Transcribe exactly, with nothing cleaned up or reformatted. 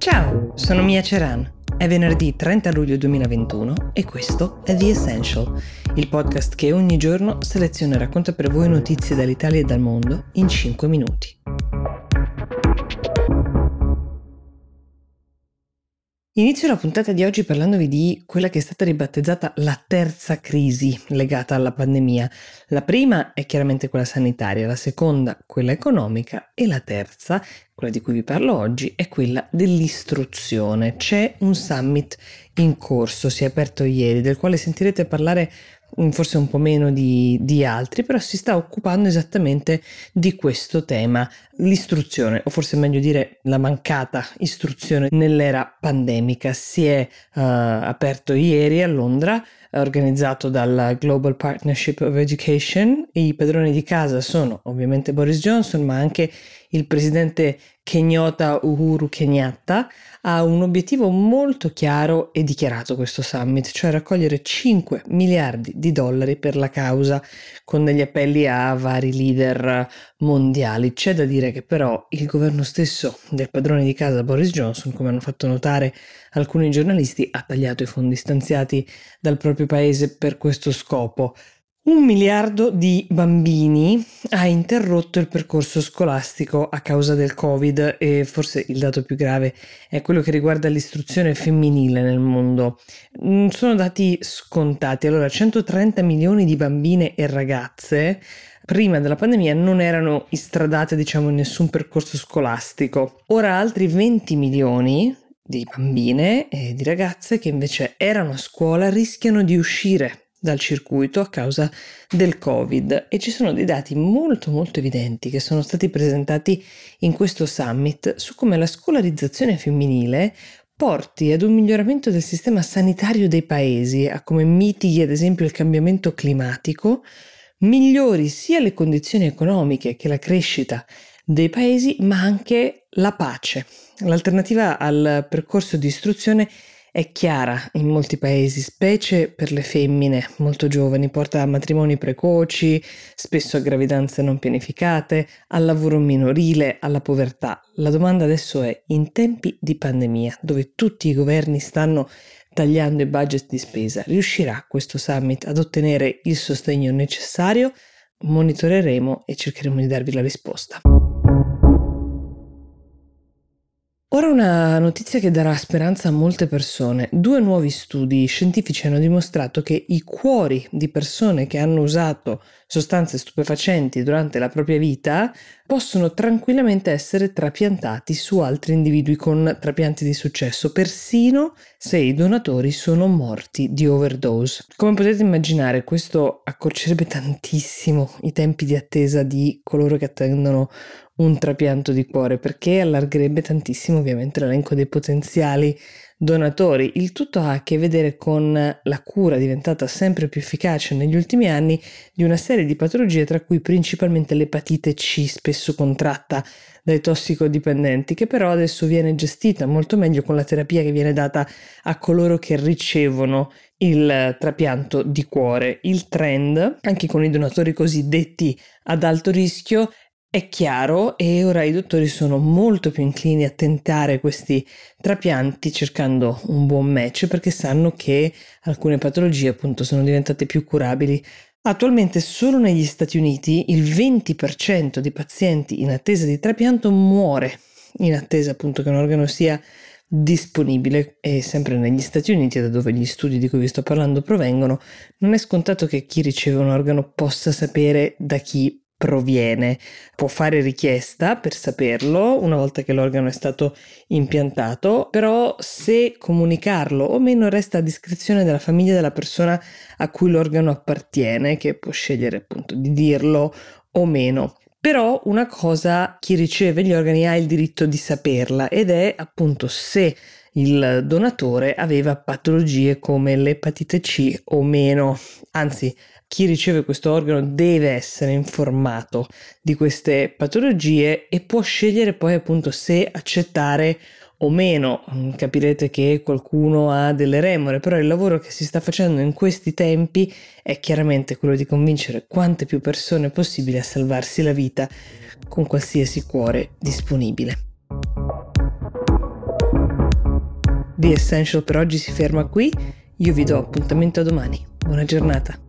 Ciao, sono Mia Ceran. È venerdì trenta luglio duemilaventuno e questo è The Essential, il podcast che ogni giorno seleziona e racconta per voi notizie dall'Italia e dal mondo in cinque minuti. Inizio la puntata di oggi parlandovi di quella che è stata ribattezzata la terza crisi legata alla pandemia. La prima è chiaramente quella sanitaria, la seconda quella economica e la terza, quella di cui vi parlo oggi, è quella dell'istruzione. C'è un summit in corso, si è aperto ieri, del quale sentirete parlare forse un po' meno di, di altri, però si sta occupando esattamente di questo tema, l'istruzione, o forse meglio dire la mancata istruzione nell'era pandemica. Si è uh, aperto ieri a Londra, organizzato dal Global Partnership of Education. I padroni di casa sono ovviamente Boris Johnson, ma anche il presidente kenyota Uhuru Kenyatta. Ha un obiettivo molto chiaro e dichiarato questo summit, cioè raccogliere cinque miliardi di dollari per la causa, con degli appelli a vari leader mondiali. C'è da dire che però il governo stesso del padrone di casa Boris Johnson, come hanno fatto notare alcuni giornalisti, ha tagliato i fondi stanziati dal proprio paese per questo scopo. Un miliardo di bambini ha interrotto il percorso scolastico a causa del Covid e forse il dato più grave è quello che riguarda l'istruzione femminile nel mondo. Non sono dati scontati. Allora, centotrenta milioni di bambine e ragazze prima della pandemia non erano istradate, diciamo, in nessun percorso scolastico. Ora altri venti milioni di bambine e di ragazze che invece erano a scuola rischiano di uscire dal circuito a causa del Covid, e ci sono dei dati molto molto evidenti che sono stati presentati in questo summit su come la scolarizzazione femminile porti ad un miglioramento del sistema sanitario dei paesi, a come mitighi ad esempio il cambiamento climatico, migliori sia le condizioni economiche che la crescita dei paesi, ma anche la pace. L'alternativa al percorso di istruzione è chiara in molti paesi, specie per le femmine molto giovani, porta a matrimoni precoci, spesso a gravidanze non pianificate, al lavoro minorile, alla povertà. La domanda adesso è: in tempi di pandemia, dove tutti i governi stanno tagliando i budget di spesa, riuscirà questo summit ad ottenere il sostegno necessario? Monitoreremo e cercheremo di darvi la risposta. Ora una notizia che darà speranza a molte persone. Due nuovi studi scientifici hanno dimostrato che i cuori di persone che hanno usato sostanze stupefacenti durante la propria vita possono tranquillamente essere trapiantati su altri individui con trapianti di successo, persino se i donatori sono morti di overdose. Come potete immaginare, questo accorcerebbe tantissimo i tempi di attesa di coloro che attendono un trapianto di cuore, perché allargherebbe tantissimo ovviamente l'elenco dei potenziali donatori. Il tutto ha a che vedere con la cura diventata sempre più efficace negli ultimi anni di una serie di patologie, tra cui principalmente l'epatite C, spesso contratta dai tossicodipendenti, che però adesso viene gestita molto meglio con la terapia che viene data a coloro che ricevono il trapianto di cuore. Il trend, anche con i donatori cosiddetti ad alto rischio, è chiaro, e ora i dottori sono molto più inclini a tentare questi trapianti cercando un buon match, perché sanno che alcune patologie appunto sono diventate più curabili. Attualmente solo negli Stati Uniti il venti per cento di pazienti in attesa di trapianto muore in attesa appunto che un organo sia disponibile, e sempre negli Stati Uniti, da dove gli studi di cui vi sto parlando provengono, non è scontato che chi riceve un organo possa sapere da chi proviene. Può fare richiesta per saperlo una volta che l'organo è stato impiantato, però se comunicarlo o meno resta a discrezione della famiglia della persona a cui l'organo appartiene, che può scegliere appunto di dirlo o meno. Però una cosa, chi riceve gli organi ha il diritto di saperla, ed è appunto se il donatore aveva patologie come l'epatite C o meno. Anzi, chi riceve questo organo deve essere informato di queste patologie e può scegliere poi appunto se accettare o meno. Capirete che qualcuno ha delle remore, però il lavoro che si sta facendo in questi tempi è chiaramente quello di convincere quante più persone possibile a salvarsi la vita con qualsiasi cuore disponibile. The Essential per oggi si ferma qui, io vi do appuntamento a domani. Buona giornata.